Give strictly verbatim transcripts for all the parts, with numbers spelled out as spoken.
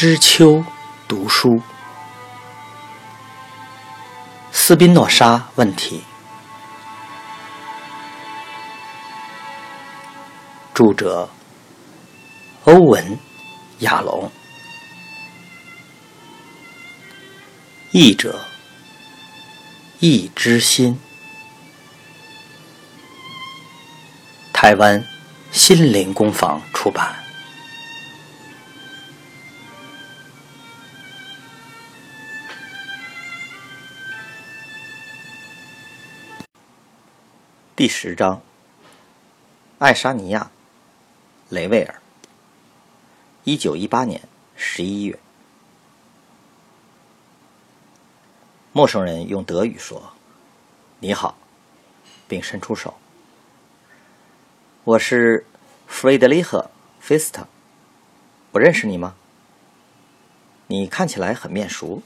知秋读书，斯宾诺莎问题。著者欧文·亚龙，译者易之心，台湾心灵工坊出版。第十章，爱沙尼亚，雷维尔，一九一八年十一月。陌生人用德语说：“你好”，并伸出手。我是弗雷德里赫·菲斯特，我认识你吗？你看起来很面熟。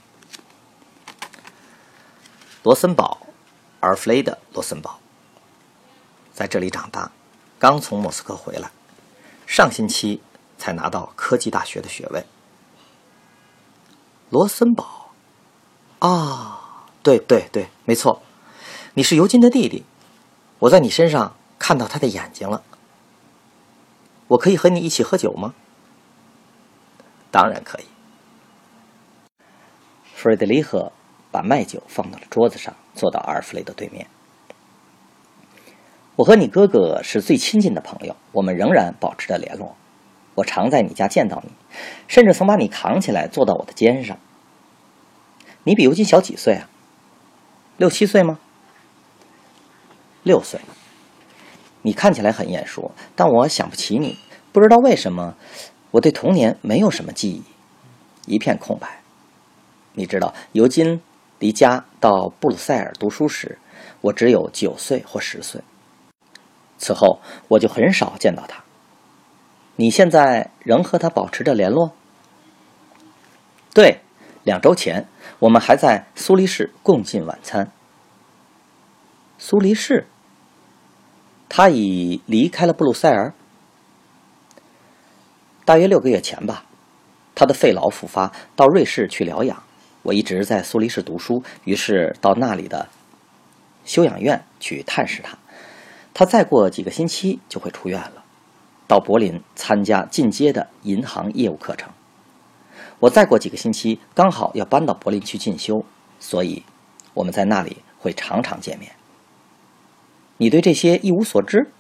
罗森堡，阿尔弗雷德·罗森堡。在这里长大，刚从莫斯科回来，上星期才拿到科技大学的学位。罗森堡，啊，对对对，没错，你是尤金的弟弟，我在你身上看到他的眼睛了。我可以和你一起喝酒吗？当然可以。弗瑞德里赫把麦酒放到了桌子上，坐到阿尔弗雷德对面。我和你哥哥是最亲近的朋友，我们仍然保持着联络。我常在你家见到你，甚至曾把你扛起来坐到我的肩上。你比尤金小几岁啊？六七岁吗？六岁。你看起来很眼熟，但我想不起你，不知道为什么，我对童年没有什么记忆，一片空白。你知道，尤金离家到布鲁塞尔读书时，我只有九岁或十岁。此后我就很少见到他。你现在仍和他保持着联络？对，两周前我们还在苏黎世共进晚餐。苏黎世？他已离开了布鲁塞尔？大约六个月前吧。他的肺痨复发，到瑞士去疗养。我一直在苏黎世读书，于是到那里的休养院去探视他。他再过几个星期就会出院了，到柏林参加进阶的银行业务课程。我再过几个星期刚好要搬到柏林去进修，所以我们在那里会常常见面。你对这些一无所知？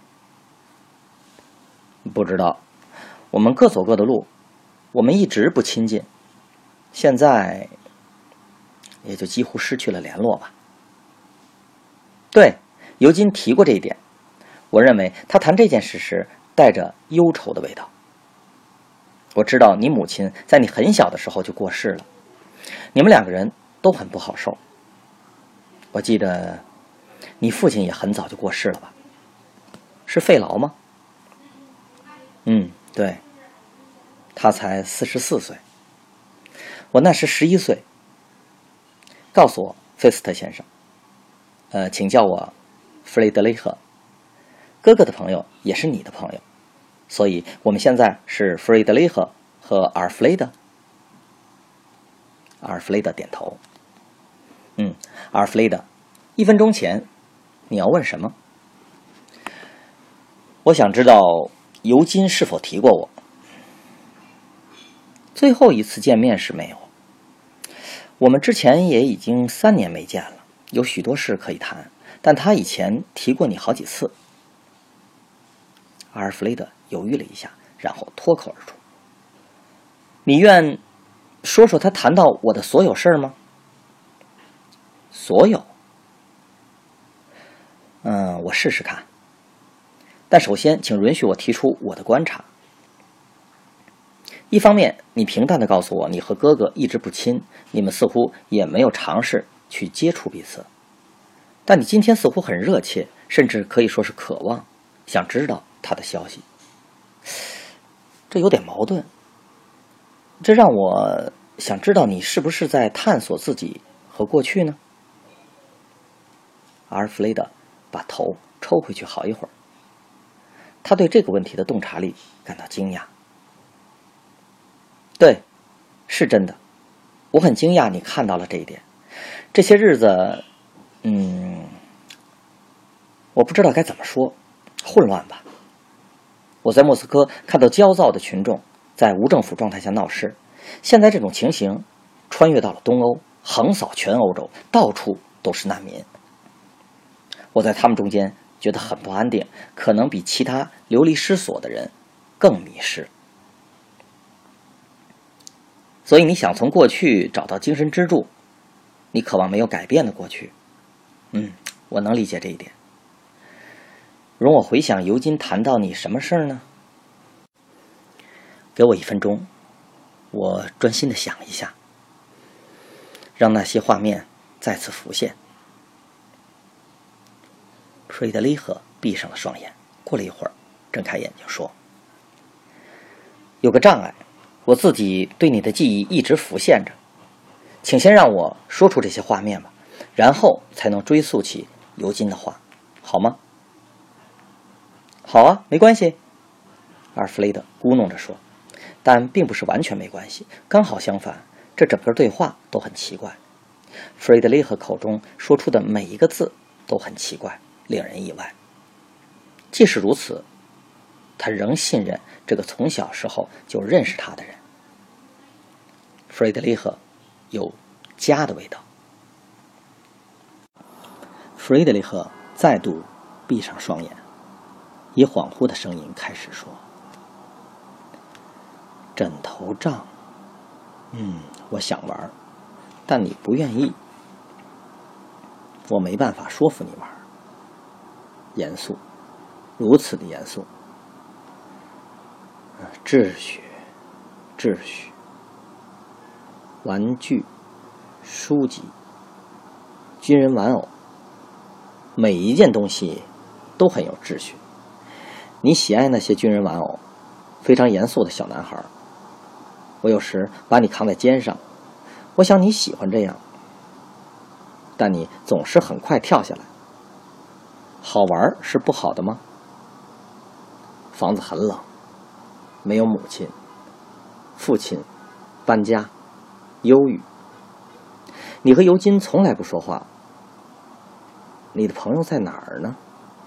不知道，我们各走各的路，我们一直不亲近，现在也就几乎失去了联络吧。对，尤金提过这一点。我认为他谈这件事时带着忧愁的味道。我知道你母亲在你很小的时候就过世了，你们两个人都很不好受。我记得你父亲也很早就过世了吧？是肺痨吗？嗯，对，他才四十四岁，我那时十一岁。告诉我，费斯特先生，呃，请叫我弗雷德雷赫。哥哥的朋友也是你的朋友，所以我们现在是弗瑞德雷赫和阿尔弗雷德。阿尔弗雷德点头。嗯，阿尔弗雷德，一分钟前你要问什么？我想知道尤金是否提过我。最后一次见面时没有。我们之前也已经三年没见了，有许多事可以谈，但他以前提过你好几次。阿尔弗雷德犹豫了一下，然后脱口而出：“你愿说说他谈到我的所有事儿吗？”所有？嗯，我试试看。但首先，请允许我提出我的观察。一方面，你平淡地告诉我，你和哥哥一直不亲，你们似乎也没有尝试去接触彼此。但你今天似乎很热切，甚至可以说是渴望，想知道他的消息。这有点矛盾，这让我想知道你是不是在探索自己和过去呢？阿尔弗雷德把头抽回去好一会儿，他对这个问题的洞察力感到惊讶。对， 是真的，我很惊讶你看到了这一点。这些日子，嗯，我不知道该怎么说，混乱吧。我在莫斯科看到焦躁的群众在无政府状态下闹事，现在这种情形穿越到了东欧，横扫全欧洲，到处都是难民。我在他们中间觉得很不安定，可能比其他流离失所的人更迷失。所以你想从过去找到精神支柱，你渴望没有改变的过去。嗯，我能理解这一点。容我回想尤金谈到你什么事儿呢？给我一分钟，我专心的想一下，让那些画面再次浮现。弗瑞德里赫闭上了双眼，过了一会儿，睁开眼睛说：“有个障碍，我自己对你的记忆一直浮现着，请先让我说出这些画面吧，然后才能追溯起尤金的话，好吗？”“好啊，没关系。”阿尔弗雷德咕哝着说，但并不是完全没关系，刚好相反，这整个对话都很奇怪。弗瑞德里赫口中说出的每一个字都很奇怪，令人意外。即使如此，他仍信任这个从小时候就认识他的人。弗瑞德里赫有家的味道。弗瑞德里赫再度闭上双眼，以恍惚的声音开始说：“枕头仗，嗯，我想玩，但你不愿意，我没办法说服你玩。严肃，如此的严肃。秩序，秩序。玩具，书籍，军人玩偶，每一件东西都很有秩序。你喜爱那些军人玩偶，非常严肃的小男孩。我有时把你扛在肩上，我想你喜欢这样，但你总是很快跳下来。好玩是不好的吗？房子很冷，没有母亲，父亲搬家，忧郁。你和尤金从来不说话。你的朋友在哪儿呢？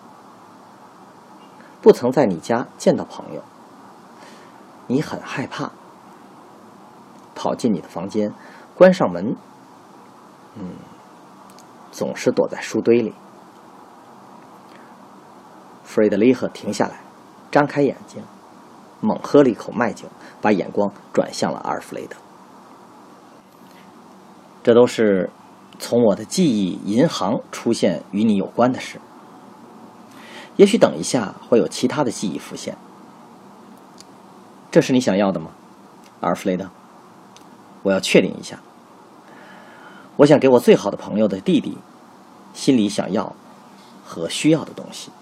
不曾在你家见到朋友。你很害怕，跑进你的房间，关上门，嗯，总是躲在书堆里。弗瑞德里赫停下来，张开眼睛，猛喝了一口麦酒，把眼光转向了阿尔弗雷德。这都是从我的记忆银行出现与你有关的事。也许等一下会有其他的记忆浮现。这是你想要的吗，阿尔弗雷德？我要确定一下。我想给我最好的朋友的弟弟心里想要和需要的东西。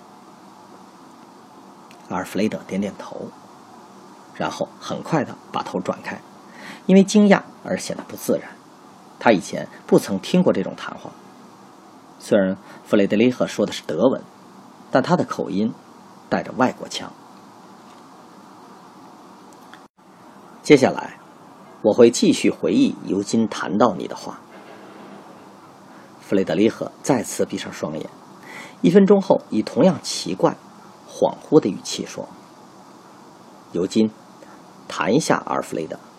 阿尔弗雷德点点头，然后很快地把头转开，因为惊讶而显得不自然。他以前不曾听过这种谈话。虽然弗雷德里赫说的是德文，但他的口音带着外国腔。接下来我会继续回忆尤金谈到你的话。弗雷德里赫再次闭上双眼，一分钟后以同样奇怪恍惚的语气说：“尤金，谈一下阿尔弗雷德。”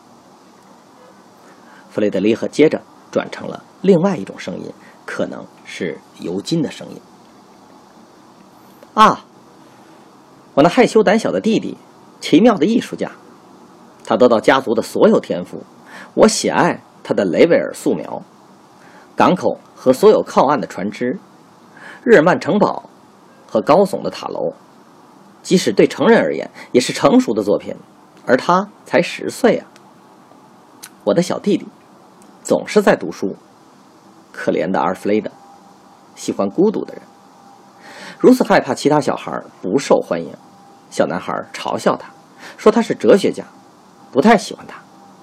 弗雷德里赫接着转成了另外一种声音，可能是尤金的声音。“啊，我那害羞胆小的弟弟，奇妙的艺术家，他得到家族的所有天赋。我喜爱他的雷维尔素描，港口和所有靠岸的船只，日耳曼城堡和高耸的塔楼。即使对成人而言，也是成熟的作品，而他才十岁啊！我的小弟弟总是在读书，可怜的阿尔弗雷德，喜欢孤独的人，如此害怕其他小孩不受欢迎。小男孩嘲笑他，说他是哲学家，不太喜欢他。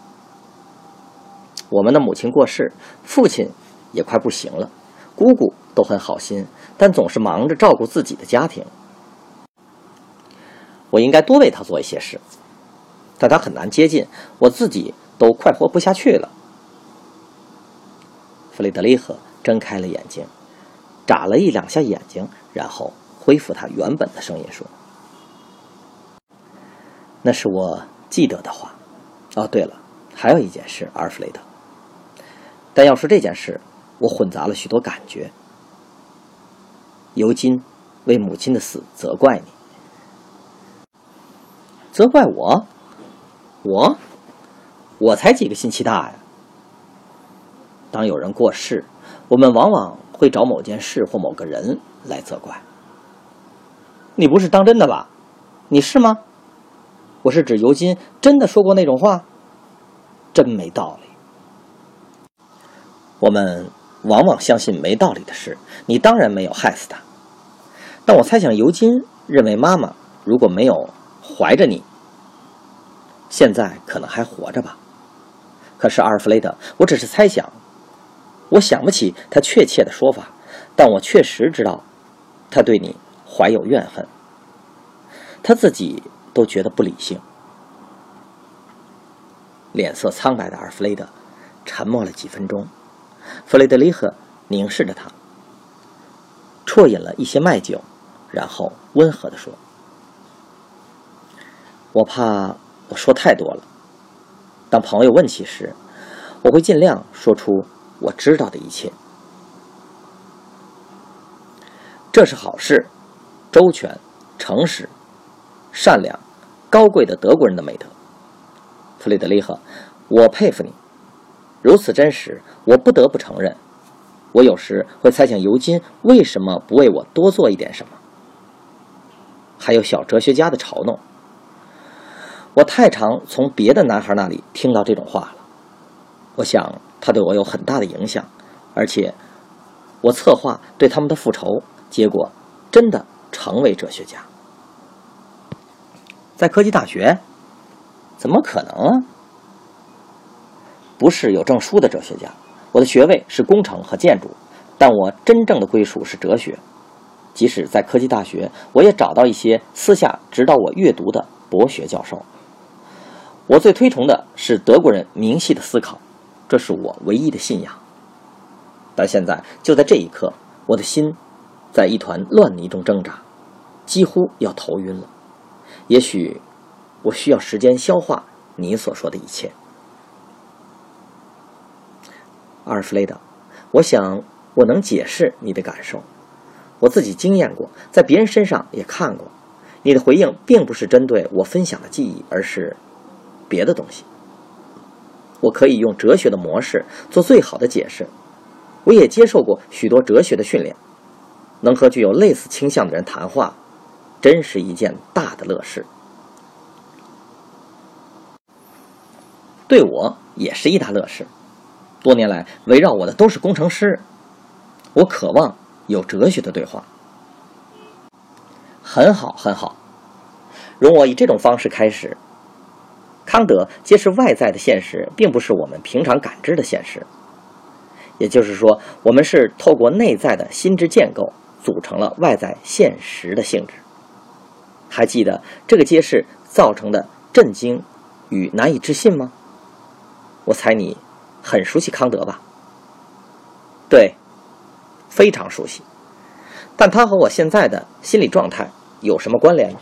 我们的母亲过世，父亲也快不行了，姑姑都很好心，但总是忙着照顾自己的家庭。我应该多为他做一些事，但他很难接近，我自己都快活不下去了。弗雷德里赫睁开了眼睛，眨了一两下眼睛，然后恢复他原本的声音说：“那是我记得的话。哦，对了，还有一件事，阿尔弗雷德。但要说这件事，我混杂了许多感觉。尤金为母亲的死责怪你。责怪我？我？我才几个星期大呀！当有人过世，我们往往会找某件事或某个人来责怪。你不是当真的吧？你是吗？我是指尤金真的说过那种话？真没道理。我们往往相信没道理的事，你当然没有害死他。但我猜想尤金认为妈妈如果没有怀着你，现在可能还活着吧。可是阿尔弗雷德，我只是猜想，我想不起他确切的说法，但我确实知道他对你怀有怨恨，他自己都觉得不理性。脸色苍白的阿尔弗雷德沉默了几分钟，弗雷德里赫凝视着他，啜饮了一些麦酒，然后温和地说：“我怕我说太多了。当朋友问起时，我会尽量说出我知道的一切。这是好事，周全、诚实、善良、高贵的德国人的美德。弗雷德里赫，我佩服你，如此真实，我不得不承认，我有时会猜想尤金为什么不为我多做一点什么。还有小哲学家的嘲弄，我太常从别的男孩那里听到这种话了。我想他对我有很大的影响，而且我策划对他们的复仇，结果真的成为哲学家。在科技大学？怎么可能啊？不是有证书的哲学家，我的学位是工程和建筑，但我真正的归属是哲学。即使在科技大学，我也找到一些私下指导我阅读的博学教授。我最推崇的是德国人明晰的思考，这是我唯一的信仰。但现在就在这一刻，我的心在一团乱泥中挣扎，几乎要头晕了。也许我需要时间消化你所说的一切。阿尔弗雷德，我想我能解释你的感受，我自己经验过，在别人身上也看过。你的回应并不是针对我分享的记忆，而是别的东西。我可以用哲学的模式做最好的解释，我也接受过许多哲学的训练，能和具有类似倾向的人谈话，真是一件大的乐事。对我也是一大乐事。多年来围绕我的都是工程师，我渴望有哲学的对话。很好很好，容我以这种方式开始。康德揭示外在的现实并不是我们平常感知的现实，也就是说，我们是透过内在的心智建构组成了外在现实的性质。还记得这个揭示造成的震惊与难以置信吗？我猜你很熟悉康德吧？对，非常熟悉。但他和我现在的心理状态有什么关联吗？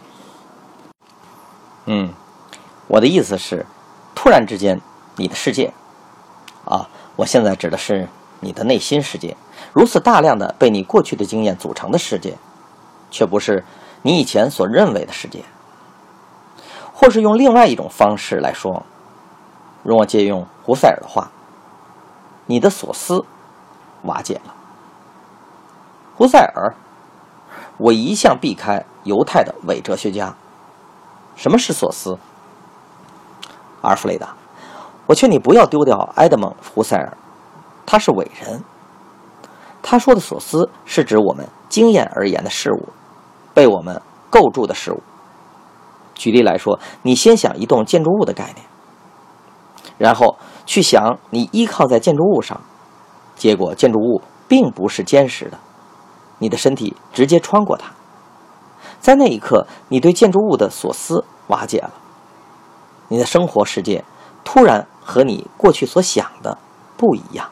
嗯，我的意思是，突然之间，你的世界，啊，我现在指的是你的内心世界，如此大量的被你过去的经验组成的世界，却不是你以前所认为的世界。或是用另外一种方式来说，容我借用胡塞尔的话，你的所思瓦解了。胡塞尔，我一向避开犹太的伪哲学家。什么是所思？阿尔弗雷达，我劝你不要丢掉埃德蒙·胡塞尔，他是伟人。他说的所思是指我们经验而言的事物，被我们构筑的事物。举例来说，你先想一栋建筑物的概念，然后去想你依靠在建筑物上，结果建筑物并不是坚实的，你的身体直接穿过它。在那一刻，你对建筑物的所思瓦解了，你的生活世界突然和你过去所想的不一样。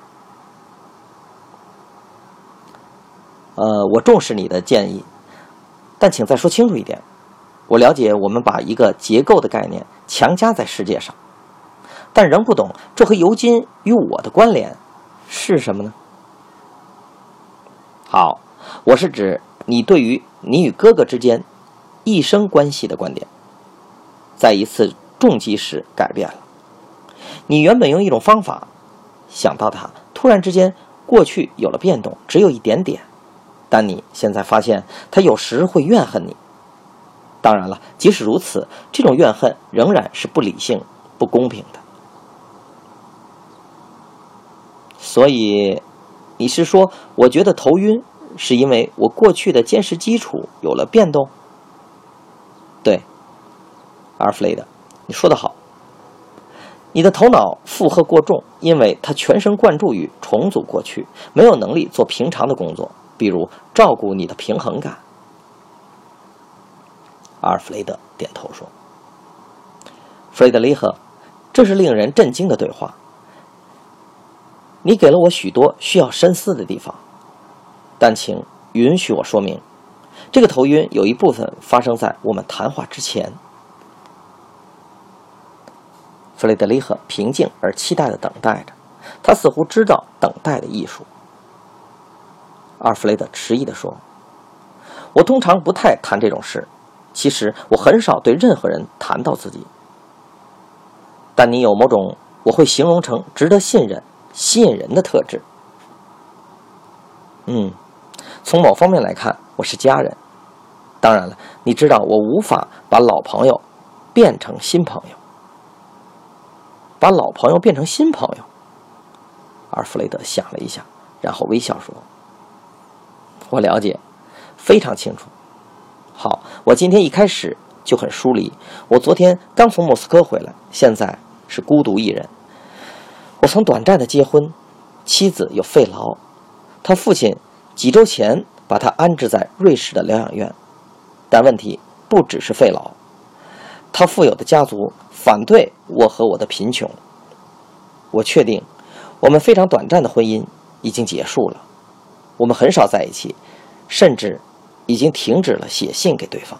呃，我重视你的建议，但请再说清楚一点。我了解我们把一个结构的概念强加在世界上，但仍不懂这和尤金与我的关联是什么呢？好，我是指你对于你与哥哥之间一生关系的观点，在一次重击时改变了。你原本用一种方法想到它，突然之间过去有了变动，只有一点点，但你现在发现他有时会怨恨你。当然了，即使如此，这种怨恨仍然是不理性、不公平的。所以你是说，我觉得头晕是因为我过去的坚实基础有了变动？对，阿尔弗雷德，你说得好。你的头脑负荷过重，因为他全神贯注于重组过去，没有能力做平常的工作，比如照顾你的平衡感。阿尔弗雷德点头说：“弗雷德雷赫，这是令人震惊的对话。你给了我许多需要深思的地方，但请允许我说明，这个头晕有一部分发生在我们谈话之前。”弗雷德雷赫平静而期待地等待着，他似乎知道等待的艺术。阿尔弗雷德迟疑地说：“我通常不太谈这种事。其实我很少对任何人谈到自己，但你有某种我会形容成值得信任、吸引人的特质。嗯，从某方面来看，我是家人。当然了，你知道我无法把老朋友变成新朋友。把老朋友变成新朋友。”阿尔弗雷德想了一下，然后微笑说：“我了解，非常清楚。好，我今天一开始就很疏离。我昨天刚从莫斯科回来，现在是孤独一人。我曾短暂的结婚，妻子有肺痨，他父亲几周前把他安置在瑞士的疗养院。但问题不只是肺痨，他富有的家族反对我和我的贫穷。我确定，我们非常短暂的婚姻已经结束了。我们很少在一起，甚至已经停止了写信给对方。”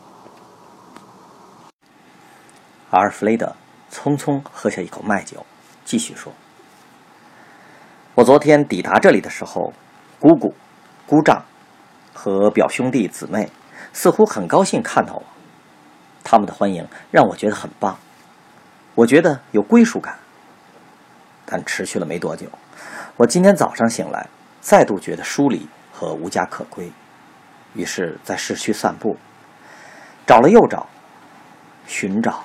阿尔弗雷德匆匆喝下一口麦酒，继续说：“我昨天抵达这里的时候，姑姑、姑丈和表兄弟姊妹似乎很高兴看到我，他们的欢迎让我觉得很棒，我觉得有归属感。但持续了没多久，我今天早上醒来，再度觉得疏离和无家可归，于是在市区散步，找了又找，寻找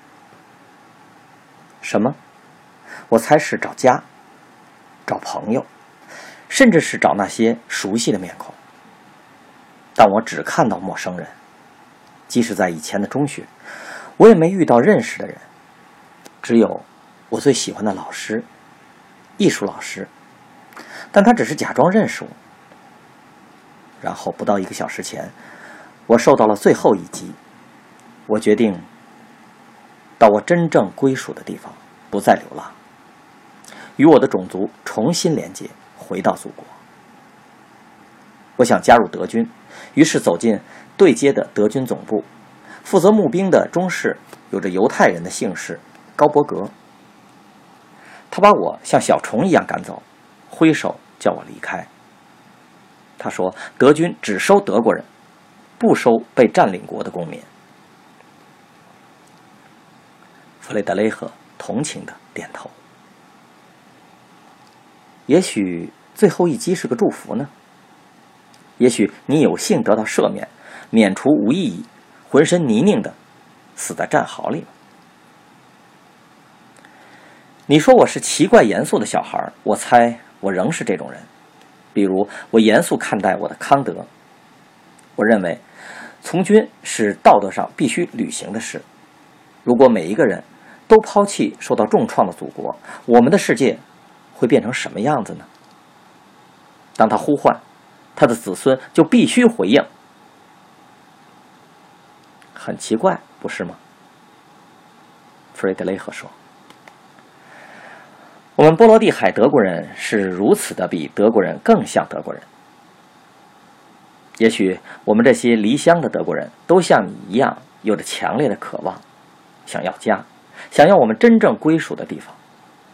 什么？我猜是找家，找朋友，甚至是找那些熟悉的面孔。但我只看到陌生人，即使在以前的中学，我也没遇到认识的人，只有我最喜欢的老师，艺术老师，但他只是假装认识我。然后不到一个小时前，我受到了最后一击。我决定到我真正归属的地方，不再流浪，与我的种族重新连接，回到祖国。我想加入德军，于是走进对接的德军总部。负责募兵的中士有着犹太人的姓氏高伯格，他把我像小虫一样赶走，挥手叫我离开。他说德军只收德国人，不收被占领国的公民。弗雷德雷赫同情地点头。也许最后一击是个祝福呢？也许你有幸得到赦免，免除无意义、浑身泥泞的死在战壕里了。你说我是奇怪严肃的小孩，我猜我仍是这种人。比如我严肃看待我的康德，我认为从军是道德上必须履行的事。如果每一个人都抛弃受到重创的祖国，我们的世界会变成什么样子呢？当他呼唤，他的子孙就必须回应。很奇怪，不是吗？弗雷德雷赫说。 我们波罗的海德国人是如此的比德国人更像德国人。也许我们这些离乡的德国人都像你一样，有着强烈的渴望，想要家，想要我们真正归属的地方。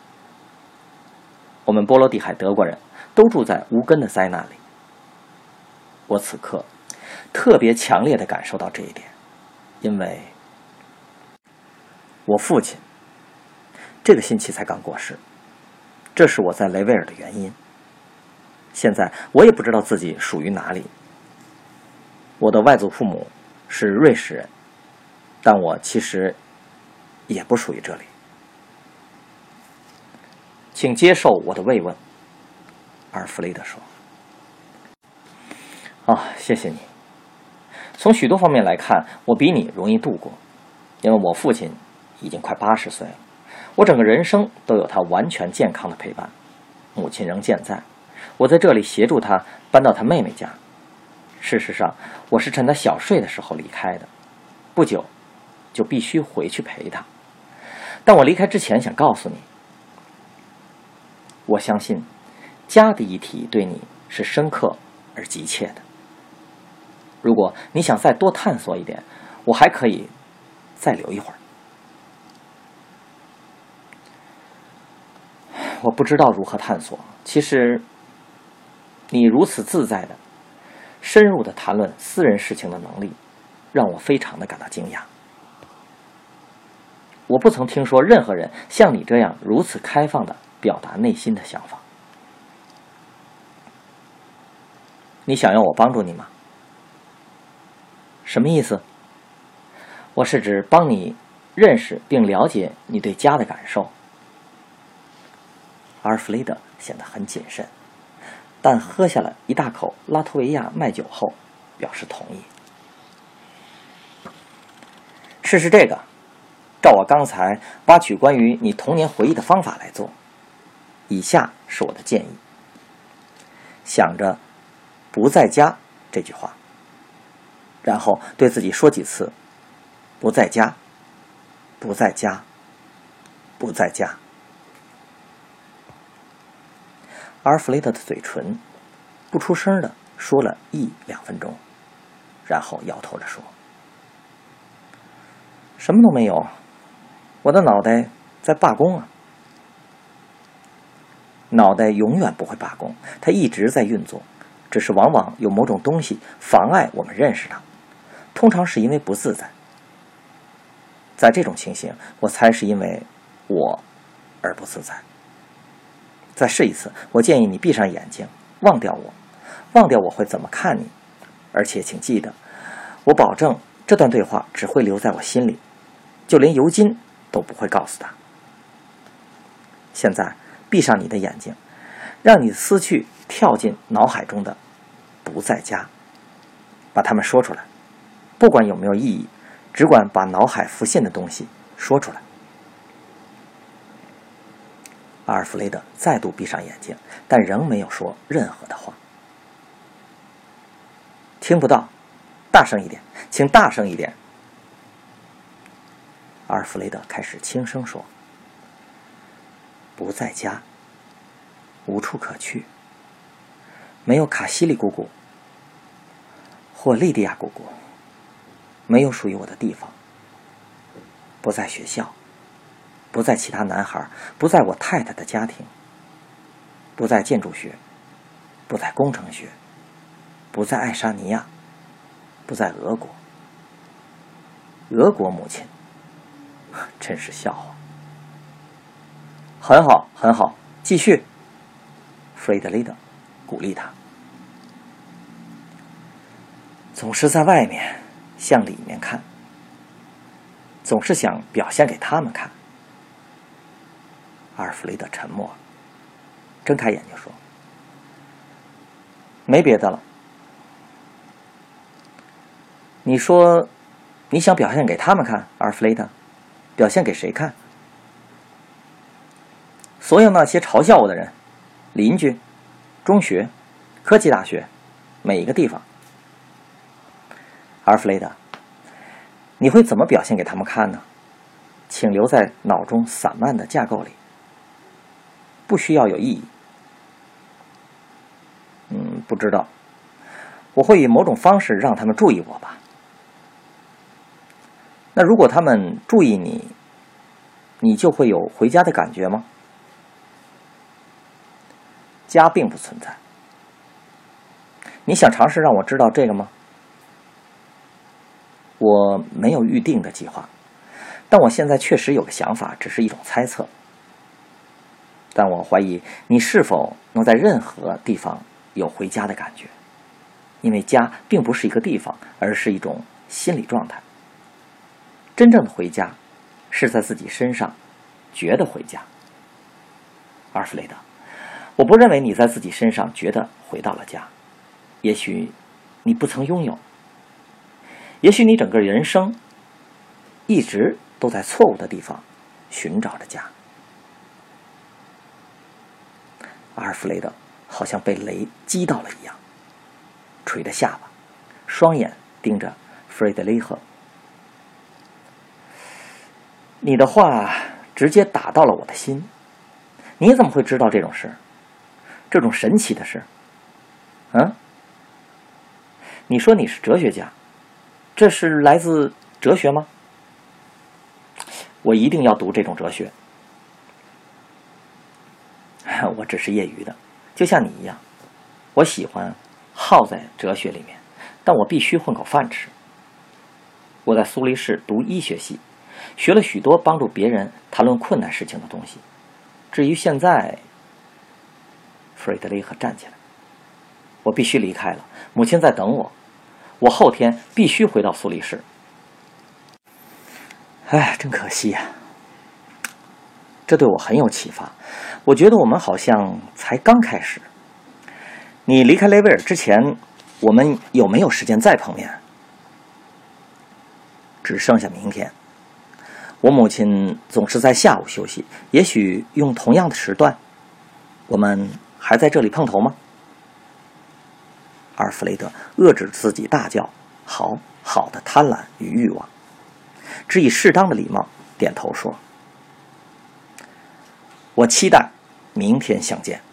我们波罗的海德国人都住在无根的灾难里。我此刻特别强烈地感受到这一点，因为我父亲这个星期才刚过世，这是我在雷维尔的原因。现在我也不知道自己属于哪里。我的外祖父母是瑞士人，但我其实也不属于这里。请接受我的慰问，阿尔弗雷德说。啊，谢谢你。从许多方面来看，我比你容易度过，因为我父亲已经快八十岁了，我整个人生都有他完全健康的陪伴。母亲仍健在，我在这里协助他搬到他妹妹家。事实上，我是趁他小睡的时候离开的，不久就必须回去陪他。但我离开之前想告诉你，我相信家的议题对你是深刻而急切的。如果你想再多探索一点，我还可以再留一会儿。我不知道如何探索，其实你如此自在的深入的谈论私人事情的能力，让我非常的感到惊讶。我不曾听说任何人像你这样如此开放的表达内心的想法。你想要我帮助你吗？什么意思？我是指帮你认识并了解你对家的感受。阿尔弗雷德显得很谨慎，但喝下了一大口拉脱维亚麦酒后，表示同意。试试这个，照我刚才挖取关于你童年回忆的方法来做。以下是我的建议：想着“不在家”这句话，然后对自己说几次“不在家，不在家，不在家”。阿尔弗雷德的嘴唇不出声的说了一两分钟，然后摇头着说：“什么都没有，我的脑袋在罢工啊。”脑袋永远不会罢工，它一直在运作，只是往往有某种东西妨碍我们认识它，通常是因为不自在。在这种情形，我猜是因为我而不自在。再试一次，我建议你闭上眼睛，忘掉我，忘掉我会怎么看你，而且请记得，我保证这段对话只会留在我心里，就连尤金都不会告诉他。现在闭上你的眼睛，让你的思绪跳进脑海中的不在家，把它们说出来，不管有没有意义，只管把脑海浮现的东西说出来。阿尔弗雷德再度闭上眼睛，但仍没有说任何的话。听不到，大声一点，请大声一点。阿尔弗雷德开始轻声说：“不在家，无处可去，没有卡西里姑姑或莉迪亚姑姑，没有属于我的地方，不在学校，不在其他男孩，不在我太太的家庭，不在建筑学，不在工程学，不在爱沙尼亚，不在俄国。俄国母亲，真是笑话。很好，很好，继续。”弗雷德雷德鼓励他。总是在外面向里面看，总是想表现给他们看。阿尔弗雷德沉默了，睁开眼睛说：“没别的了。你说你想表现给他们看，阿尔弗雷德，表现给谁看？所有那些嘲笑我的人，邻居，中学，科技大学，每一个地方。阿尔弗雷德，你会怎么表现给他们看呢？请留在脑中散漫的架构里。 不需要有意义。嗯，不知道，我会以某种方式让他们注意我吧。那如果他们注意你，你就会有回家的感觉吗？家并不存在。你想尝试让我知道这个吗？我没有预定的计划，但我现在确实有个想法，只是一种猜测。但我怀疑你是否能在任何地方有回家的感觉，因为家并不是一个地方，而是一种心理状态。真正的回家是在自己身上觉得回家。阿尔弗雷德，我不认为你在自己身上觉得回到了家，也许你不曾拥有，也许你整个人生一直都在错误的地方寻找着家。阿尔弗雷德好像被雷击到了一样，垂着下巴，双眼盯着弗瑞德雷赫。你的话直接打到了我的心，你怎么会知道这种事？这种神奇的事？嗯？你说你是哲学家，这是来自哲学吗？我一定要读这种哲学。我只是业余的，就像你一样，我喜欢耗在哲学里面，但我必须混口饭吃。我在苏黎世读医学系，学了许多帮助别人谈论困难事情的东西。至于现在，弗瑞德雷赫站起来，我必须离开了，母亲在等我，我后天必须回到苏黎世。哎，真可惜呀、啊！这对我很有启发。我觉得我们好像才刚开始。你离开雷维尔之前，我们有没有时间再碰面？只剩下明天。我母亲总是在下午休息，也许用同样的时段。我们还在这里碰头吗？阿尔弗雷德遏制自己大叫：“好好的贪婪与欲望。”只以适当的礼貌点头说：“我期待明天相见。”